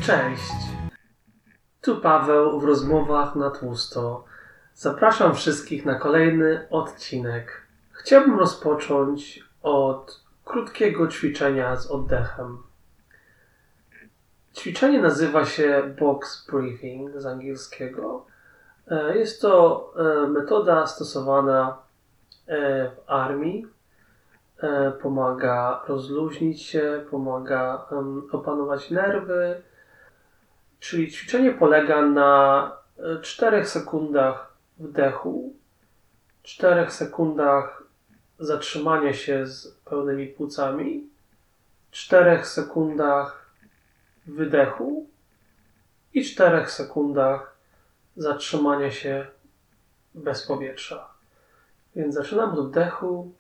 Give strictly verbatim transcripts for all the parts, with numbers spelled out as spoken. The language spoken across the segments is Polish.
Cześć, tu Paweł w rozmowach na tłusto. Zapraszam wszystkich na kolejny odcinek. Chciałbym rozpocząć od krótkiego ćwiczenia z oddechem. Ćwiczenie nazywa się box breathing z angielskiego. Jest to metoda stosowana w armii. Pomaga rozluźnić się, pomaga opanować nerwy. Czyli ćwiczenie polega na czterech sekundach wdechu, czterech sekundach zatrzymania się z pełnymi płucami, czterech sekundach wydechu i czterech sekundach zatrzymania się bez powietrza. Więc zaczynam od wdechu.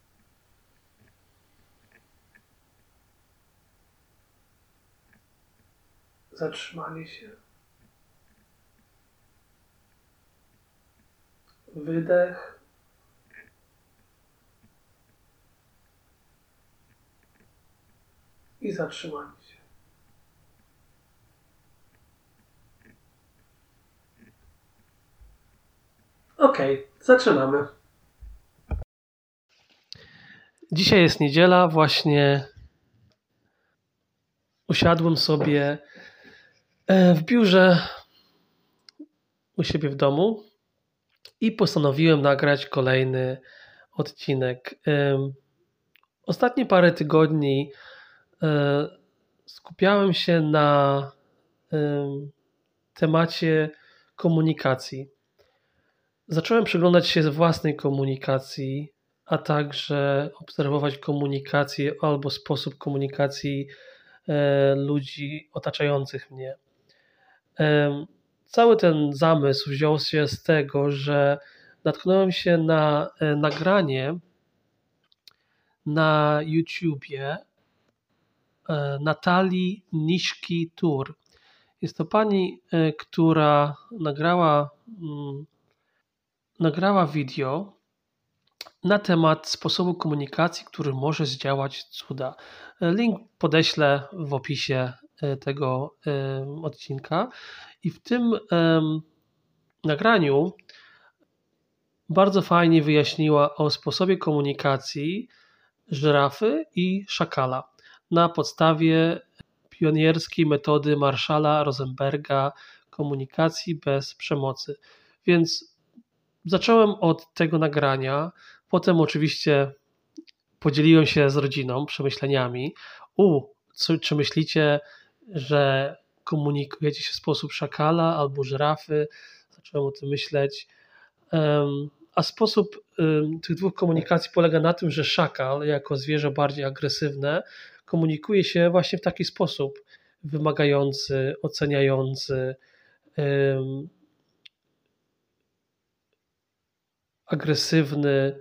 Zatrzymanie się. Wydech. I zatrzymanie się. Ok, zaczynamy. Dzisiaj jest niedziela, właśnie usiadłem sobie w biurze u siebie w domu i postanowiłem nagrać kolejny odcinek. Ostatnie parę tygodni skupiałem się na temacie komunikacji. Zacząłem przyglądać się własnej komunikacji, a także obserwować komunikację albo sposób komunikacji ludzi otaczających mnie. Cały ten zamysł wziął się z tego, że natknąłem się na nagranie na YouTubie Natalii Niszki-Tur. Jest to pani, która nagrała, nagrała video na temat sposobu komunikacji, który może zdziałać cuda. Link podeślę w opisie tego odcinka. I w tym nagraniu bardzo fajnie wyjaśniła o sposobie komunikacji żyrafy i szakala na podstawie pionierskiej metody Marshalla Rosenberga komunikacji bez przemocy. Więc zacząłem od tego nagrania, potem oczywiście podzieliłem się z rodziną przemyśleniami. U, co, czy myślicie, że komunikujecie się w sposób szakala albo żyrafy? Zacząłem o tym myśleć. A sposób tych dwóch komunikacji polega na tym, że szakal, jako zwierzę bardziej agresywne, komunikuje się właśnie w taki sposób wymagający, oceniający, agresywny,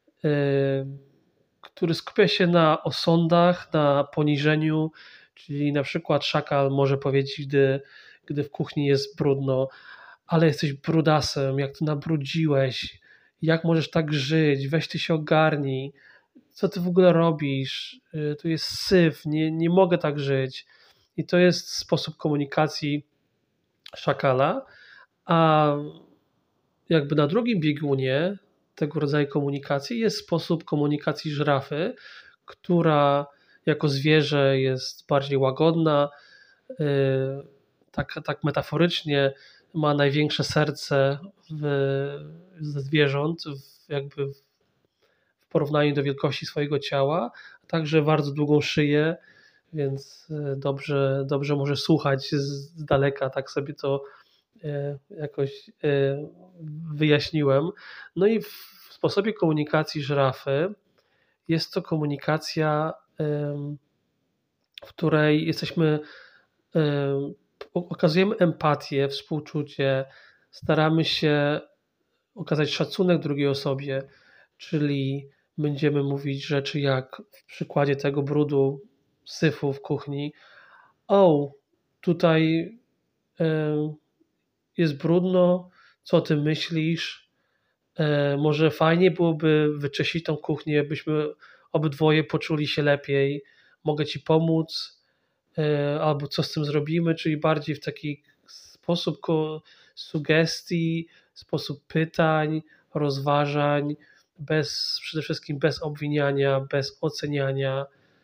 który skupia się na osądach, na poniżeniu, czyli na przykład szakal może powiedzieć, gdy, gdy w kuchni jest brudno: ale jesteś brudasem, jak ty nabrudziłeś, jak możesz tak żyć, weź ty się ogarnij, co ty w ogóle robisz, tu jest syf, nie, nie mogę tak żyć. I to jest sposób komunikacji szakala, a jakby na drugim biegunie tego rodzaju komunikacji jest sposób komunikacji żyrafy, która jako zwierzę jest bardziej łagodna, tak, tak metaforycznie ma największe serce w, ze zwierząt, w, jakby w, w porównaniu do wielkości swojego ciała, a także bardzo długą szyję, więc dobrze, dobrze może słuchać z daleka, tak sobie to jakoś wyjaśniłem. No i w sposobie komunikacji żyrafy jest to komunikacja, w której jesteśmy, okazujemy empatię, współczucie, staramy się okazać szacunek drugiej osobie, czyli będziemy mówić rzeczy jak w przykładzie tego brudu, syfu w kuchni: o, tutaj jest brudno, co ty myślisz? Może fajnie byłoby wyczyścić tą kuchnię, byśmy obydwoje poczuli się lepiej, mogę ci pomóc, albo co z tym zrobimy, czyli bardziej w taki sposób sugestii, sposób pytań, rozważań, bez, przede wszystkim bez obwiniania, bez oceniania,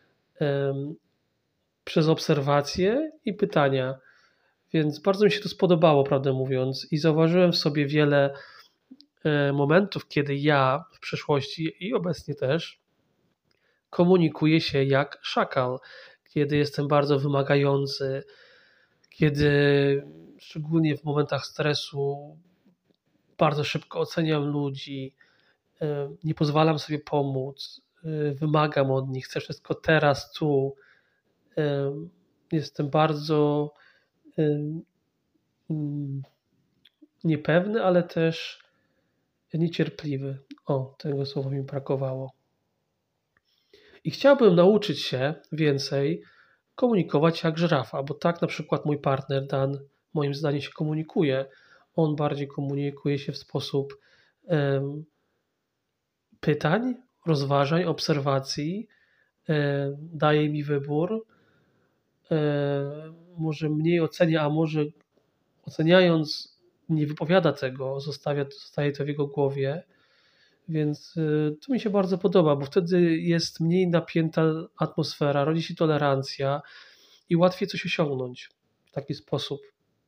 przez obserwacje i pytania. Więc bardzo mi się to spodobało, prawdę mówiąc, i zauważyłem w sobie wiele momentów, kiedy ja w przeszłości i obecnie też komunikuję się jak szakal, kiedy jestem bardzo wymagający, kiedy szczególnie w momentach stresu bardzo szybko oceniam ludzi, nie pozwalam sobie pomóc, wymagam od nich, chcę wszystko teraz, tu. Jestem bardzo niepewny, ale też niecierpliwy. O, tego słowa mi brakowało. I chciałbym nauczyć się więcej komunikować jak żyrafa, bo tak na przykład mój partner Dan moim zdaniem się komunikuje. On bardziej komunikuje się w sposób um, pytań, rozważań, obserwacji, um, daje mi wybór, um, może mniej ocenia, a może oceniając nie wypowiada tego, zostawia, zostaje to w jego głowie, więc y, to mi się bardzo podoba, bo wtedy jest mniej napięta atmosfera, rodzi się tolerancja i łatwiej coś osiągnąć w taki sposób.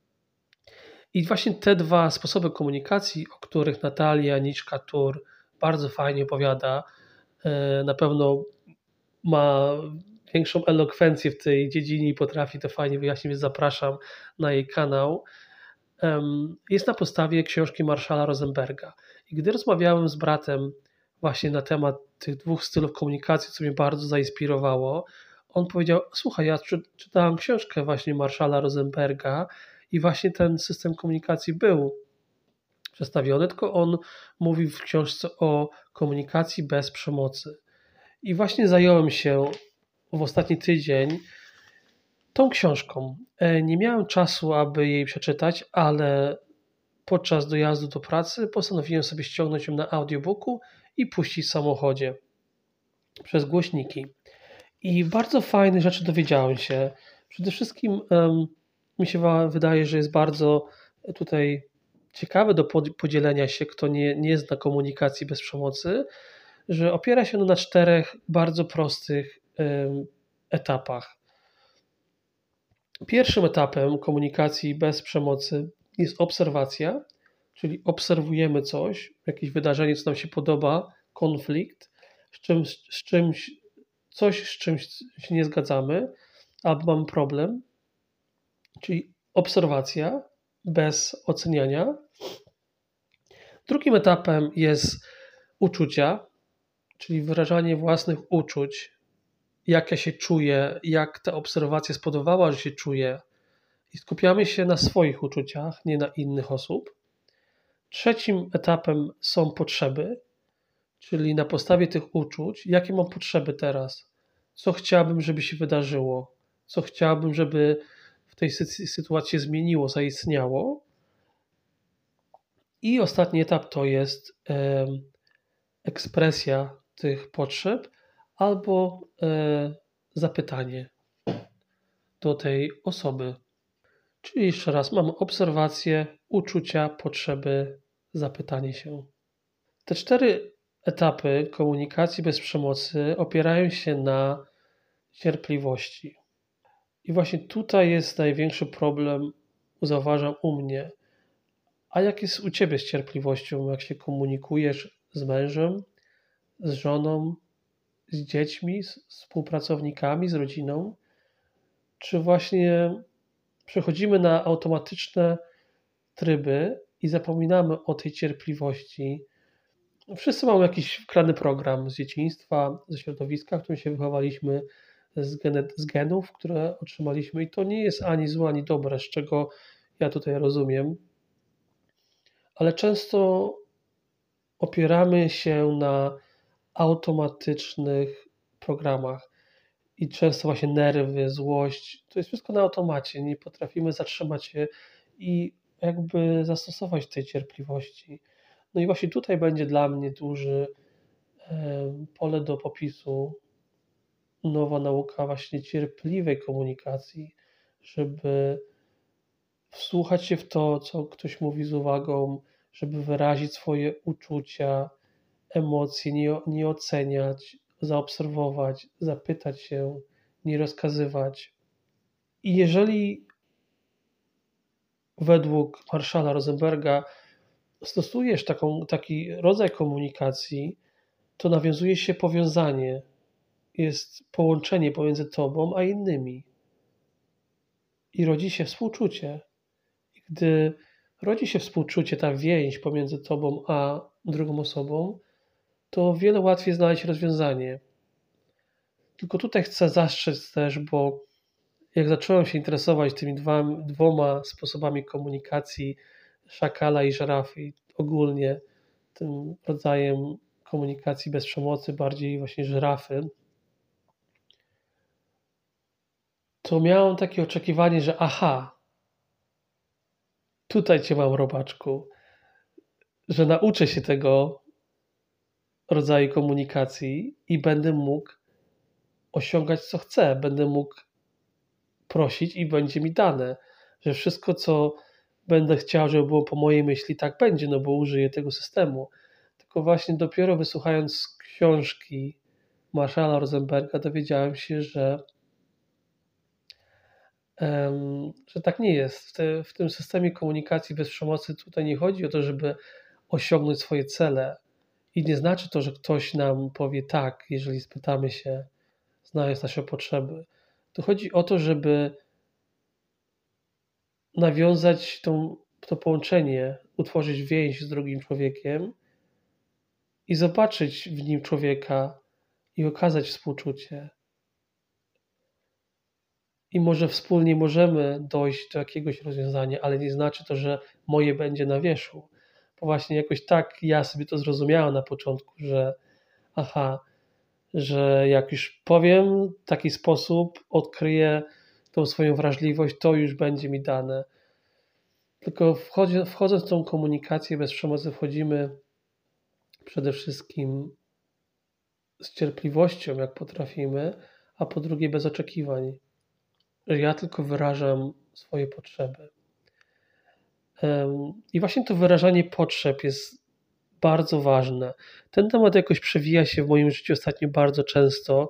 I właśnie te dwa sposoby komunikacji, o których Natalia Aniczka-Tur bardzo fajnie opowiada, y, na pewno ma większą elokwencję w tej dziedzinie i potrafi to fajnie wyjaśnić, więc zapraszam na jej kanał. Jest na podstawie książki Marshalla Rosenberga. I gdy rozmawiałem z bratem właśnie na temat tych dwóch stylów komunikacji, co mnie bardzo zainspirowało, on powiedział: słuchaj, ja czytałem książkę właśnie Marshalla Rosenberga i właśnie ten system komunikacji był przedstawiony, tylko on mówił w książce o komunikacji bez przemocy. I właśnie zająłem się w ostatni tydzień tą książką. Nie miałem czasu, aby jej przeczytać, ale podczas dojazdu do pracy postanowiłem sobie ściągnąć ją na audiobooku i puścić w samochodzie przez głośniki. I bardzo fajnych rzeczy dowiedziałem się. Przede wszystkim um, mi się wydaje, że jest bardzo tutaj ciekawe do podzielenia się, kto nie, nie zna komunikacji bez przemocy, że opiera się ona na czterech bardzo prostych um, etapach. Pierwszym etapem komunikacji bez przemocy jest obserwacja, czyli obserwujemy coś, jakieś wydarzenie, co nam się podoba, konflikt, z czymś, z czymś, coś, z czymś się nie zgadzamy, albo mamy problem, czyli obserwacja bez oceniania. Drugim etapem jest uczucia, czyli wyrażanie własnych uczuć, jak ja się czuję, jak ta obserwacja spodobała, że się czuję, i skupiamy się na swoich uczuciach, nie na innych osób. Trzecim etapem są potrzeby, czyli na podstawie tych uczuć, jakie mam potrzeby teraz, co chciałbym, żeby się wydarzyło, co chciałbym, żeby w tej sytuacji się zmieniło, zaistniało. I ostatni etap to jest e, ekspresja tych potrzeb albo e, zapytanie do tej osoby. Czyli jeszcze raz mamy obserwacje, uczucia, potrzeby, zapytanie się. Te cztery etapy komunikacji bez przemocy opierają się na cierpliwości. I właśnie tutaj jest największy problem, zauważam u mnie. A jak jest u Ciebie z cierpliwością, jak się komunikujesz z mężem, z żoną, z dziećmi, z współpracownikami, z rodziną? Czy właśnie przechodzimy na automatyczne tryby i zapominamy o tej cierpliwości? Wszyscy mamy jakiś wkrany program z dzieciństwa, ze środowiska, w którym się wychowaliśmy, z, gen- z genów, które otrzymaliśmy, i to nie jest ani złe, ani dobre, z czego ja tutaj rozumiem, ale często opieramy się na automatycznych programach i często właśnie nerwy, złość, to jest wszystko na automacie, nie potrafimy zatrzymać się i jakby zastosować tej cierpliwości. No i właśnie tutaj będzie dla mnie duży pole do popisu nowa nauka właśnie cierpliwej komunikacji, żeby wsłuchać się w to, co ktoś mówi z uwagą, żeby wyrazić swoje uczucia, emocje, nie nie oceniać, zaobserwować, zapytać się, nie rozkazywać. I jeżeli według Marshalla Rosenberga stosujesz taką taki rodzaj komunikacji, to nawiązuje się powiązanie, jest połączenie pomiędzy tobą a innymi i rodzi się współczucie. I gdy rodzi się współczucie, ta więź pomiędzy tobą a drugą osobą, to o wiele łatwiej znaleźć rozwiązanie. Tylko tutaj chcę zastrzec też, bo jak zacząłem się interesować tymi dwa, dwoma sposobami komunikacji szakala i żyrafy, i ogólnie tym rodzajem komunikacji bez przemocy, bardziej właśnie żyrafy, to miałem takie oczekiwanie, że aha, tutaj cię mam, robaczku, że nauczę się tego rodzaju komunikacji i będę mógł osiągać co chcę, będę mógł prosić i będzie mi dane, że wszystko co będę chciał, żeby było po mojej myśli, tak będzie, no bo użyję tego systemu. Tylko właśnie dopiero wysłuchając książki Marshalla Rosenberga dowiedziałem się, że em, że tak nie jest. W, te, w tym systemie komunikacji bez przemocy tutaj nie chodzi o to, żeby osiągnąć swoje cele. I nie znaczy to, że ktoś nam powie tak, jeżeli spytamy się, znając nasze potrzeby. Tu chodzi o to, żeby nawiązać tą, to połączenie, utworzyć więź z drugim człowiekiem i zobaczyć w nim człowieka i okazać współczucie. I może wspólnie możemy dojść do jakiegoś rozwiązania, ale nie znaczy to, że moje będzie na wierzchu. Bo właśnie jakoś tak ja sobie to zrozumiałem na początku, że aha, że jak już powiem w taki sposób, odkryję tą swoją wrażliwość, to już będzie mi dane. Tylko wchodząc w tą komunikację bez przemocy, wchodzimy przede wszystkim z cierpliwością, jak potrafimy, a po drugie bez oczekiwań, że ja tylko wyrażam swoje potrzeby. I właśnie to wyrażanie potrzeb jest bardzo ważne. Ten temat jakoś przewija się w moim życiu ostatnio bardzo często.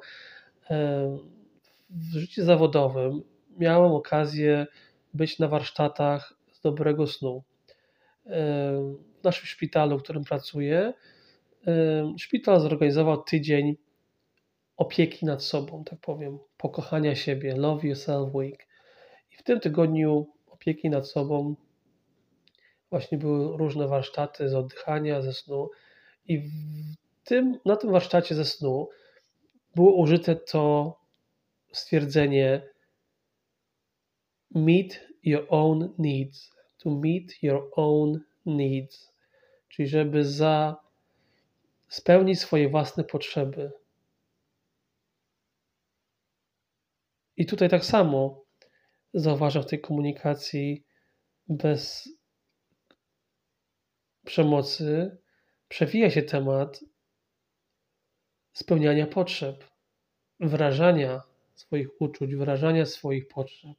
W życiu zawodowym miałem okazję być na warsztatach z dobrego snu. W naszym szpitalu, w którym pracuję, szpital zorganizował tydzień opieki nad sobą, tak powiem, pokochania siebie, Love Yourself Week. I w tym tygodniu opieki nad sobą właśnie były różne warsztaty z oddychania, ze snu. I w tym, na tym warsztacie ze snu było użyte to stwierdzenie meet your own needs. To meet your own needs. Czyli żeby za spełnić swoje własne potrzeby. I tutaj tak samo zauważam w tej komunikacji bez przemocy przewija się temat spełniania potrzeb, wyrażania swoich uczuć, wyrażania swoich potrzeb,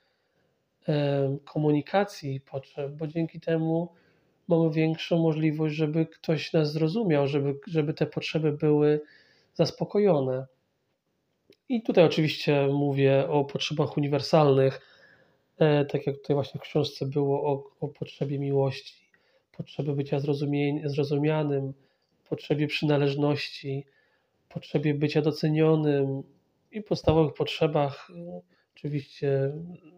komunikacji potrzeb, bo dzięki temu mamy większą możliwość, żeby ktoś nas zrozumiał, żeby, żeby te potrzeby były zaspokojone. I tutaj oczywiście mówię o potrzebach uniwersalnych, tak jak tutaj właśnie w książce było o, o potrzebie miłości, potrzebie bycia zrozumianym, potrzebie przynależności, potrzebie bycia docenionym i podstawowych potrzebach oczywiście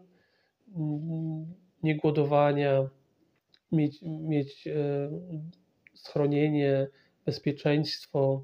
niegłodowania, mieć, mieć schronienie, bezpieczeństwo.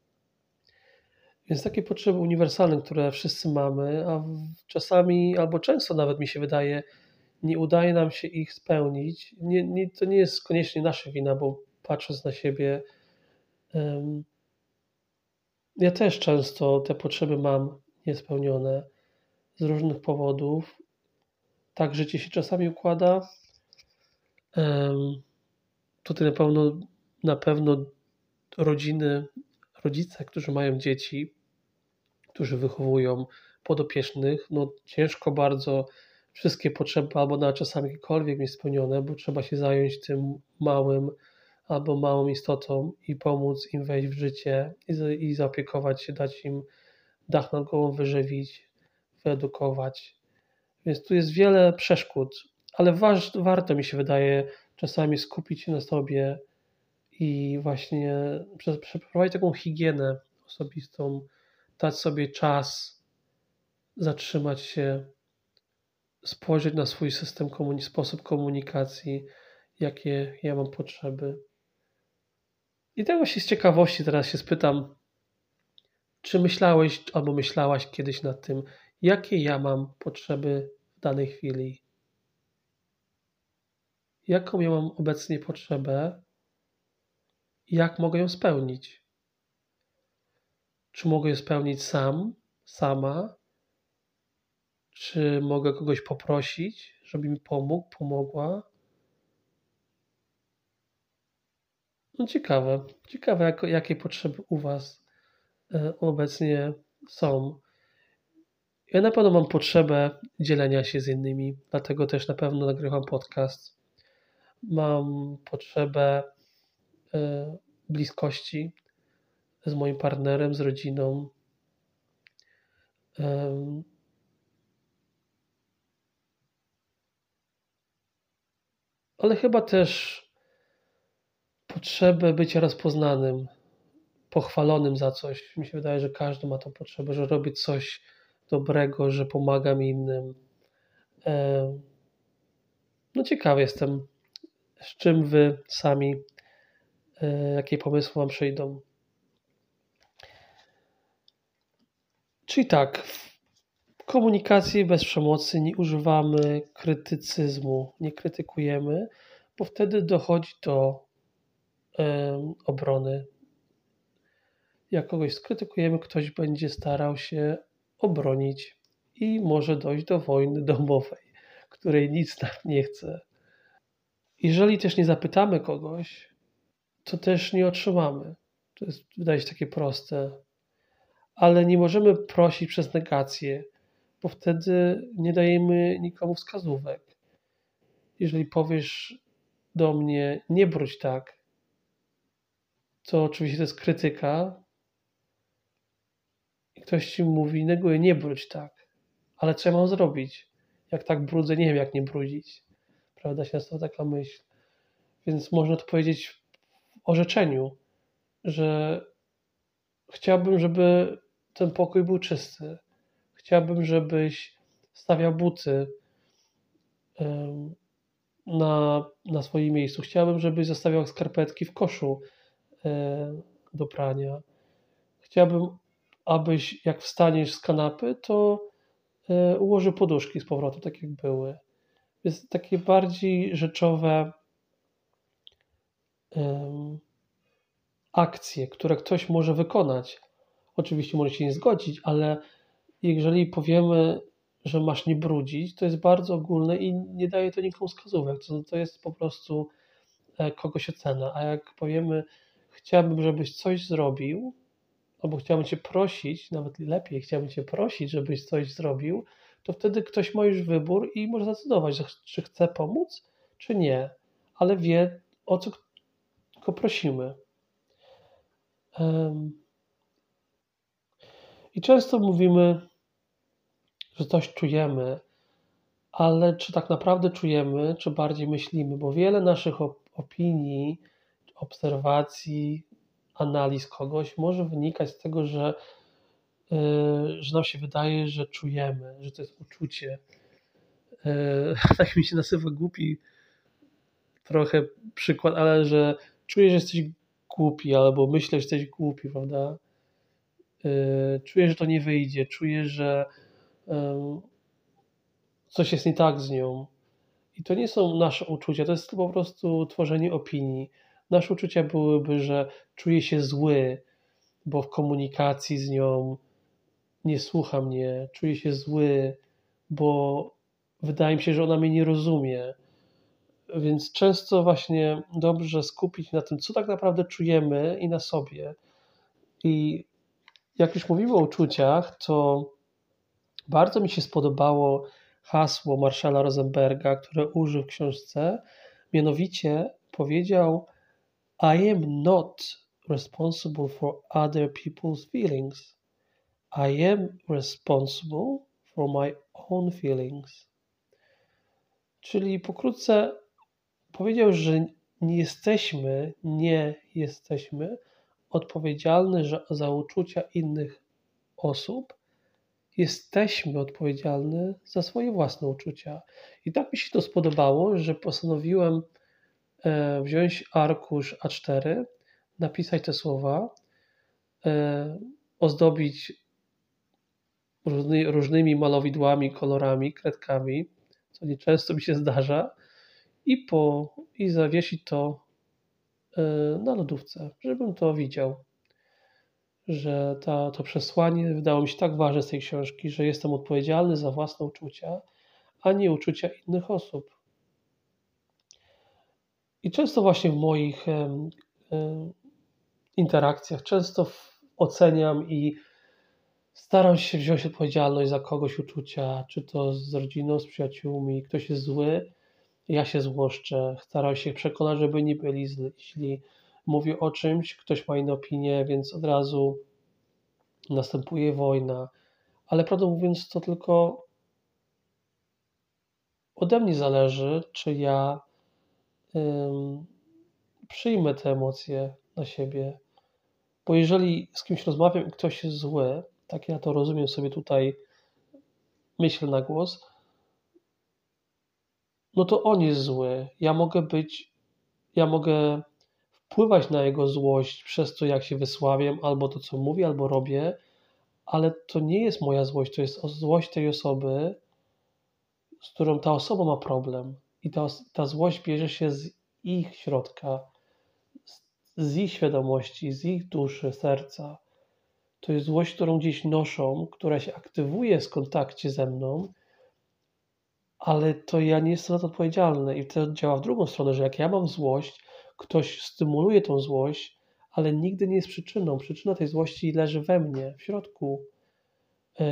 Więc takie potrzeby uniwersalne, które wszyscy mamy, a czasami albo często nawet mi się wydaje, nie udaje nam się ich spełnić. Nie, nie, to nie jest koniecznie nasza wina, bo patrząc na siebie, um, ja też często te potrzeby mam niespełnione z różnych powodów. Tak życie się czasami układa. Um, tutaj na pewno, na pewno rodziny, rodzice, którzy mają dzieci, którzy wychowują podopiecznych, no ciężko bardzo wszystkie potrzeby albo nawet czasami jakiekolwiek mieć spełnione, bo trzeba się zająć tym małym albo małą istotą i pomóc im wejść w życie i, i zaopiekować się, dać im dach nad głową wyżywić, wyedukować. Więc tu jest wiele przeszkód, ale waż, warto mi się wydaje czasami skupić się na sobie i właśnie przeprowadzić taką higienę osobistą, dać sobie czas, zatrzymać się, spojrzeć na swój system, komunikacji, sposób komunikacji, jakie ja mam potrzeby. I tak właśnie z ciekawości teraz się spytam, czy myślałeś albo myślałaś kiedyś nad tym, jakie ja mam potrzeby w danej chwili? Jaką ja mam obecnie potrzebę i jak mogę ją spełnić? Czy mogę ją spełnić sam, sama? Czy mogę kogoś poprosić, żeby mi pomógł, pomogła? No ciekawe. Ciekawe, jak, jakie potrzeby u Was e, obecnie są. Ja na pewno mam potrzebę dzielenia się z innymi, dlatego też na pewno nagrywam podcast. Mam potrzebę e, bliskości z moim partnerem, z rodziną. E, ale chyba też potrzebę bycia rozpoznanym, pochwalonym za coś. Mi się wydaje, że każdy ma tą potrzebę, że robi coś dobrego, że pomagam innym. E, no ciekawy jestem, z czym wy sami, e, jakie pomysły wam przyjdą. Czyli tak, w komunikacji bez przemocy nie używamy krytycyzmu, nie krytykujemy, bo wtedy dochodzi do e, obrony. Jak kogoś skrytykujemy, ktoś będzie starał się obronić i może dojść do wojny domowej, której nic nam nie chce. Jeżeli też nie zapytamy kogoś, to też nie otrzymamy. To jest, wydaje się, takie proste. Ale nie możemy prosić przez negację, bo wtedy nie dajemy nikomu wskazówek. Jeżeli powiesz do mnie, nie bródź tak, to oczywiście to jest krytyka i ktoś ci mówi, neguje, nie bródź tak. Ale co ja mam zrobić? Jak tak brudzę, nie wiem jak nie brudzić. Prawda, się nasuwa taka myśl. Więc można to powiedzieć w orzeczeniu, że chciałbym, żeby ten pokój był czysty. Chciałbym, żebyś stawiał buty na, na swoim miejscu. Chciałbym, żebyś zostawiał skarpetki w koszu do prania. Chciałbym, abyś jak wstaniesz z kanapy, to ułożył poduszki z powrotem, tak jak były. Jest takie bardziej rzeczowe um, akcje, które ktoś może wykonać. Oczywiście może się nie zgodzić, ale jeżeli powiemy, że masz nie brudzić, to jest bardzo ogólne i nie daje to nikomu wskazówek. To, to jest po prostu kogoś ocena. A jak powiemy, chciałbym, żebyś coś zrobił, albo chciałbym cię prosić, nawet lepiej, chciałbym cię prosić, żebyś coś zrobił, to wtedy ktoś ma już wybór i może zdecydować, że czy chce pomóc, czy nie, ale wie, o co go prosimy. I często mówimy, że coś czujemy, ale czy tak naprawdę czujemy, czy bardziej myślimy, bo wiele naszych opinii, obserwacji, analiz kogoś może wynikać z tego, że, yy, że nam się wydaje, że czujemy, że to jest uczucie. Yy, tak mi się nazywa głupi trochę przykład, ale że czuję, że jesteś głupi, albo myślę, że jesteś głupi, prawda? Yy, czuję, że to nie wyjdzie, czuję, że yy, coś jest nie tak z nią. I to nie są nasze uczucia, to jest po prostu tworzenie opinii. Nasze uczucia byłyby, że czuję się zły, bo w komunikacji z nią nie słucha mnie, czuję się zły, bo wydaje mi się, że ona mnie nie rozumie. Więc często właśnie dobrze skupić na tym, co tak naprawdę czujemy i na sobie. I jak już mówimy o uczuciach, to bardzo mi się spodobało hasło Marshalla Rosenberga, które użył w książce. Mianowicie powiedział: I am not responsible for other people's feelings. I am responsible for my own feelings. Czyli pokrótce powiedział, że nie jesteśmy, nie jesteśmy odpowiedzialni za uczucia innych osób. Jesteśmy odpowiedzialni za swoje własne uczucia. I tak mi się to spodobało, że postanowiłem e, wziąć arkusz A cztery, napisać te słowa, e, ozdobić różny, różnymi malowidłami, kolorami, kredkami, co nieczęsto mi się zdarza, i, po, i zawiesić to e, na lodówce, żebym to widział. Że ta, to przesłanie wydało mi się tak ważne z tej książki, że jestem odpowiedzialny za własne uczucia, a nie uczucia innych osób. I często właśnie w moich em, em, interakcjach, często w, oceniam i staram się wziąć odpowiedzialność za kogoś uczucia, czy to z rodziną, z przyjaciółmi, ktoś jest zły, ja się złoszczę, staram się przekonać, żeby nie byli źli. Jeśli mówię o czymś, ktoś ma inną opinię, więc od razu następuje wojna. Ale prawdę mówiąc, to tylko ode mnie zależy, czy ja ym, przyjmę te emocje na siebie. Bo jeżeli z kimś rozmawiam i ktoś jest zły, tak ja to rozumiem sobie tutaj, myślę na głos, no to on jest zły. Ja mogę być, ja mogę wpływać na jego złość przez to, jak się wysławiam, albo to, co mówię, albo robię, ale to nie jest moja złość, to jest złość tej osoby, z którą ta osoba ma problem. I ta, ta złość bierze się z ich środka, z, z ich świadomości, z ich duszy, serca. To jest złość, którą gdzieś noszą, która się aktywuje w kontakcie ze mną, ale to ja nie jestem za to odpowiedzialny. I to działa w drugą stronę, że jak ja mam złość, ktoś stymuluje tą złość, ale nigdy nie jest przyczyną. Przyczyna tej złości leży we mnie, w środku. Yy,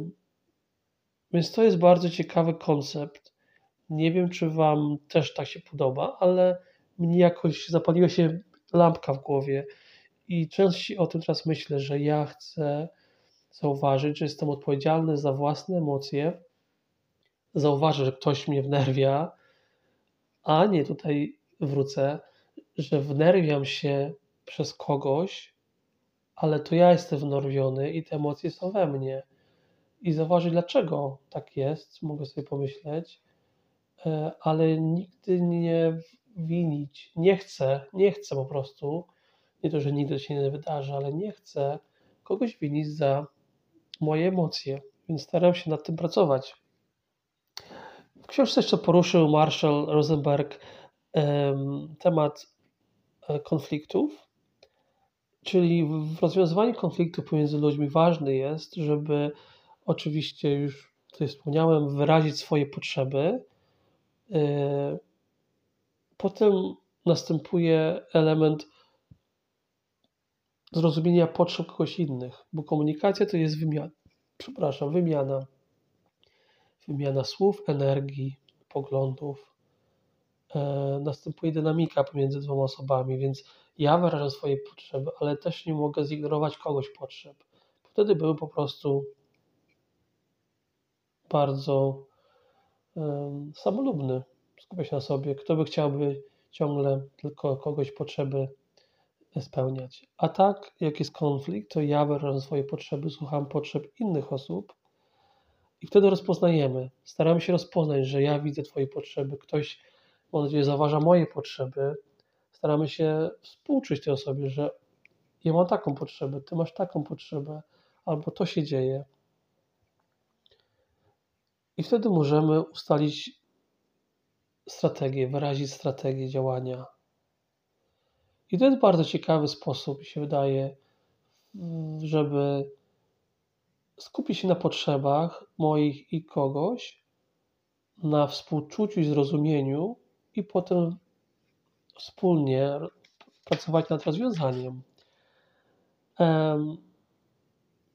więc to jest bardzo ciekawy koncept. Nie wiem, czy Wam też tak się podoba, ale mnie jakoś zapaliła się lampka w głowie i częściej o tym teraz myślę, że ja chcę zauważyć, że jestem odpowiedzialny za własne emocje, zauważę, że ktoś mnie wnerwia, a nie, tutaj wrócę, że wnerwiam się przez kogoś, ale to ja jestem wnerwiony i te emocje są we mnie. I zauważyć, dlaczego tak jest, mogę sobie pomyśleć, ale nigdy nie winić. Nie chcę, nie chcę po prostu, nie to, że nigdy się nie wydarzy, ale nie chcę kogoś winić za moje emocje, więc staram się nad tym pracować. W książce jeszcze poruszył Marshall Rosenberg em, temat e, konfliktów, czyli w rozwiązywaniu konfliktów pomiędzy ludźmi ważne jest, żeby oczywiście, już tutaj wspomniałem, wyrazić swoje potrzeby. E, Potem następuje element zrozumienia potrzeb kogoś innych, bo komunikacja to jest wymiana, przepraszam, wymiana, wymiana słów, energii, poglądów. E, następuje dynamika pomiędzy dwoma osobami, więc ja wyrażam swoje potrzeby, ale też nie mogę zignorować kogoś potrzeb. Wtedy byłem po prostu bardzo um, samolubny. Skupię się na sobie. Kto by chciałby ciągle tylko kogoś potrzeby spełniać. A tak, jak jest konflikt, to ja wyrażam swoje potrzeby, słucham potrzeb innych osób i wtedy rozpoznajemy. Staramy się rozpoznać, że ja widzę Twoje potrzeby, ktoś, mam nadzieję, zauważa moje potrzeby. Staramy się współczuć tej osobie, że ja mam taką potrzebę, Ty masz taką potrzebę, albo to się dzieje. I wtedy możemy ustalić strategię, wyrazić strategię działania. I to jest bardzo ciekawy sposób, mi się wydaje, żeby skupić się na potrzebach moich i kogoś, na współczuciu i zrozumieniu i potem wspólnie pracować nad rozwiązaniem.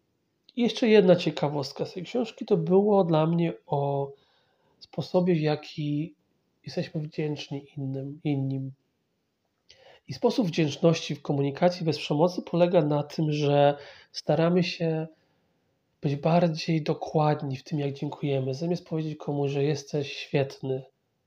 I jeszcze jedna ciekawostka z tej książki to było dla mnie o sposobie, w jaki jesteśmy wdzięczni innym innym. I sposób wdzięczności w komunikacji bez przemocy polega na tym, że staramy się być bardziej dokładni w tym, jak dziękujemy. Zamiast powiedzieć komuś, że jesteś świetny.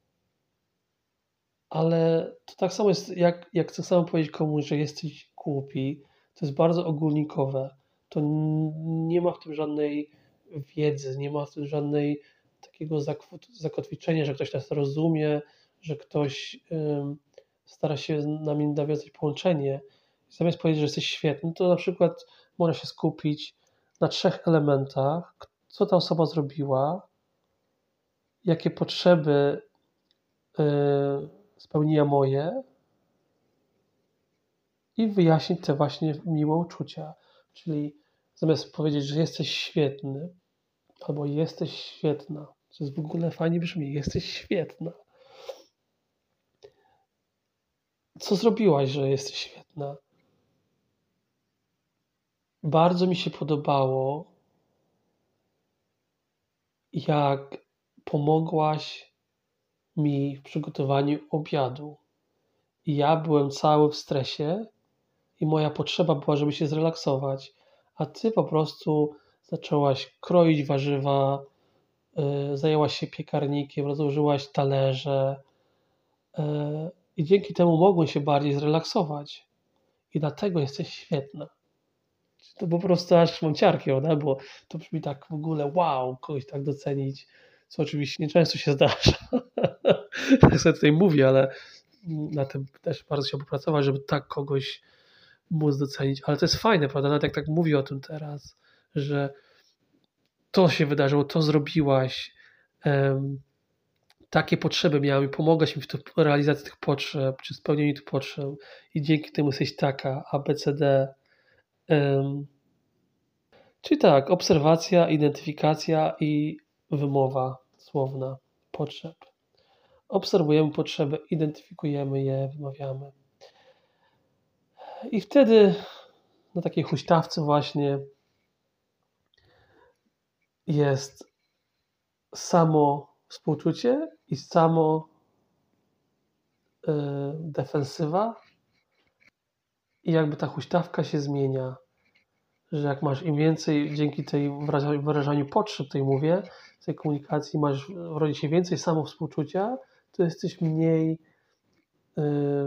Ale to tak samo jest, jak, jak tak samo powiedzieć komuś, że jesteś głupi. To jest bardzo ogólnikowe. To nie ma w tym żadnej wiedzy, nie ma w tym żadnej takiego zakotwiczenia, że ktoś nas rozumie, że ktoś um, stara się z nami nawiązać połączenie. Zamiast powiedzieć, że jesteś świetny, to na przykład można się skupić na trzech elementach, co ta osoba zrobiła, jakie potrzeby yy, spełniła moje i wyjaśnić te właśnie miłe uczucia. Czyli zamiast powiedzieć, że jesteś świetny albo jesteś świetna, co jest w ogóle fajnie brzmi, jesteś świetna. Co zrobiłaś, że jesteś świetna? Bardzo mi się podobało, jak pomogłaś mi w przygotowaniu obiadu. I ja byłem cały w stresie i moja potrzeba była, żeby się zrelaksować, a ty po prostu zaczęłaś kroić warzywa, yy, zajęłaś się piekarnikiem, rozłożyłaś talerze yy, i dzięki temu mogłem się bardziej zrelaksować. I dlatego jesteś świetna. To po prostu aż mam ciarki, prawda? Bo to brzmi tak w ogóle wow, kogoś tak docenić, co oczywiście nieczęsto się zdarza. Tak sobie tutaj mówię, ale na tym też bardzo chciałbym pracować, żeby tak kogoś móc docenić. Ale to jest fajne, prawda? Nawet jak tak mówię o tym teraz, że to się wydarzyło, to zrobiłaś, um, takie potrzeby miałem i pomogłaś mi w realizacji tych potrzeb, czy spełnieniu tych potrzeb i dzięki temu jesteś taka, A, B, C, D. Um, czyli tak, obserwacja, identyfikacja i wymowa słowna potrzeb. Obserwujemy potrzeby, identyfikujemy je, wymawiamy. I wtedy na takiej huśtawce właśnie jest samo współczucie i samo y, defensywa i jakby ta huśtawka się zmienia, że jak masz im więcej, dzięki tej wyrażaniu potrzeb, tej mówię, tej komunikacji masz, rodzi się więcej samo współczucia, to jesteś mniej y,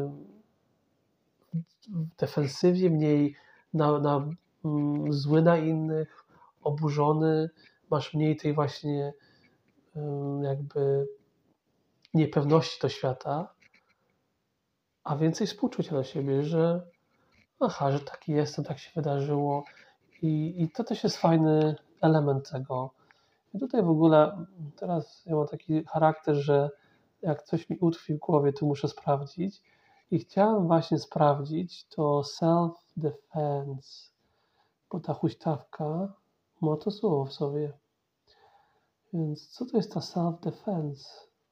w defensywie, mniej na, na, mm, zły na innych, oburzony, masz mniej tej właśnie y, jakby niepewności do świata, a więcej współczucia do siebie, że aha, że taki jestem, tak się wydarzyło i, i to też jest fajny element tego. I tutaj w ogóle teraz ja mam taki charakter, że jak coś mi utkwi w głowie, to muszę sprawdzić i chciałem właśnie sprawdzić to self-defense, bo ta huśtawka ma to słowo w sobie. Więc co to jest ta self-defense?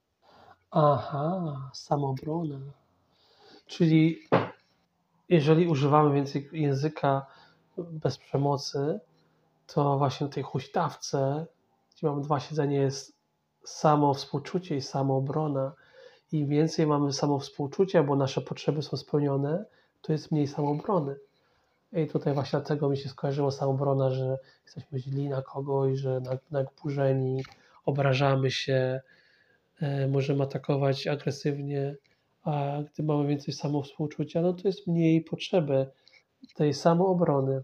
Aha, samobrona. Czyli jeżeli używamy więcej języka bez przemocy, to właśnie w tej huśtawce, gdzie mamy dwa siedzenia, jest samo współczucie i samoobrona. Im więcej mamy samowspółczucia, bo nasze potrzeby są spełnione, to jest mniej samoobrony. I tutaj właśnie dlatego mi się skojarzyło samoobrona, że jesteśmy źli na kogoś, że naburzeni, obrażamy się, e, możemy atakować agresywnie, a gdy mamy więcej samowspółczucia, no to jest mniej potrzeby tej samoobrony.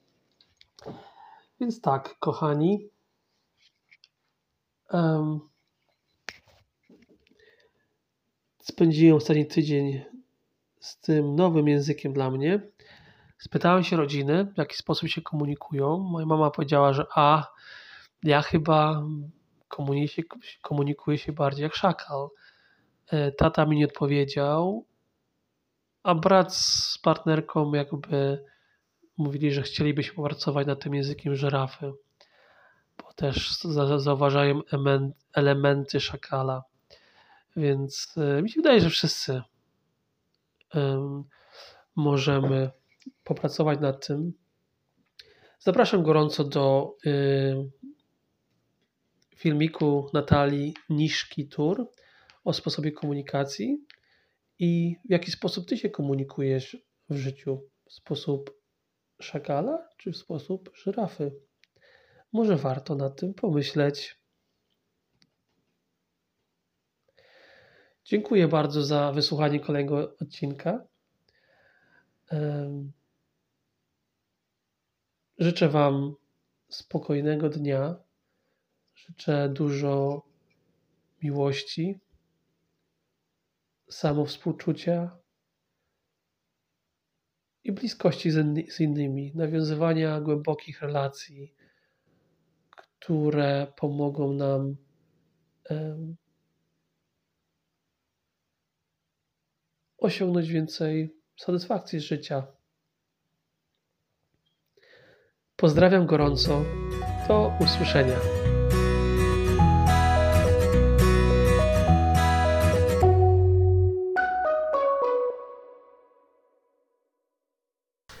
Więc tak, kochani, um, spędziłem ostatni tydzień z tym nowym językiem dla mnie. Spytałem się rodziny, w jaki sposób się komunikują. Moja mama powiedziała, że a, ja chyba komunikuję się, komunikuję się bardziej jak szakal. Tata mi nie odpowiedział, a brat z partnerką jakby mówili, że chcielibyśmy pracować nad tym językiem żyrafy, bo też zauważają elementy szakala. Więc mi się wydaje, że wszyscy um, możemy popracować nad tym. Zapraszam gorąco do y, filmiku Natalii Niszki-Tur o sposobie komunikacji i w jaki sposób ty się komunikujesz w życiu. W sposób szakala czy w sposób żyrafy? Może warto nad tym pomyśleć. Dziękuję bardzo za wysłuchanie kolejnego odcinka. Życzę wam spokojnego dnia. Życzę dużo miłości, samowspółczucia i bliskości z, inny, z innymi, nawiązywania głębokich relacji, które pomogą nam um, osiągnąć więcej satysfakcji z życia. Pozdrawiam gorąco. Do usłyszenia.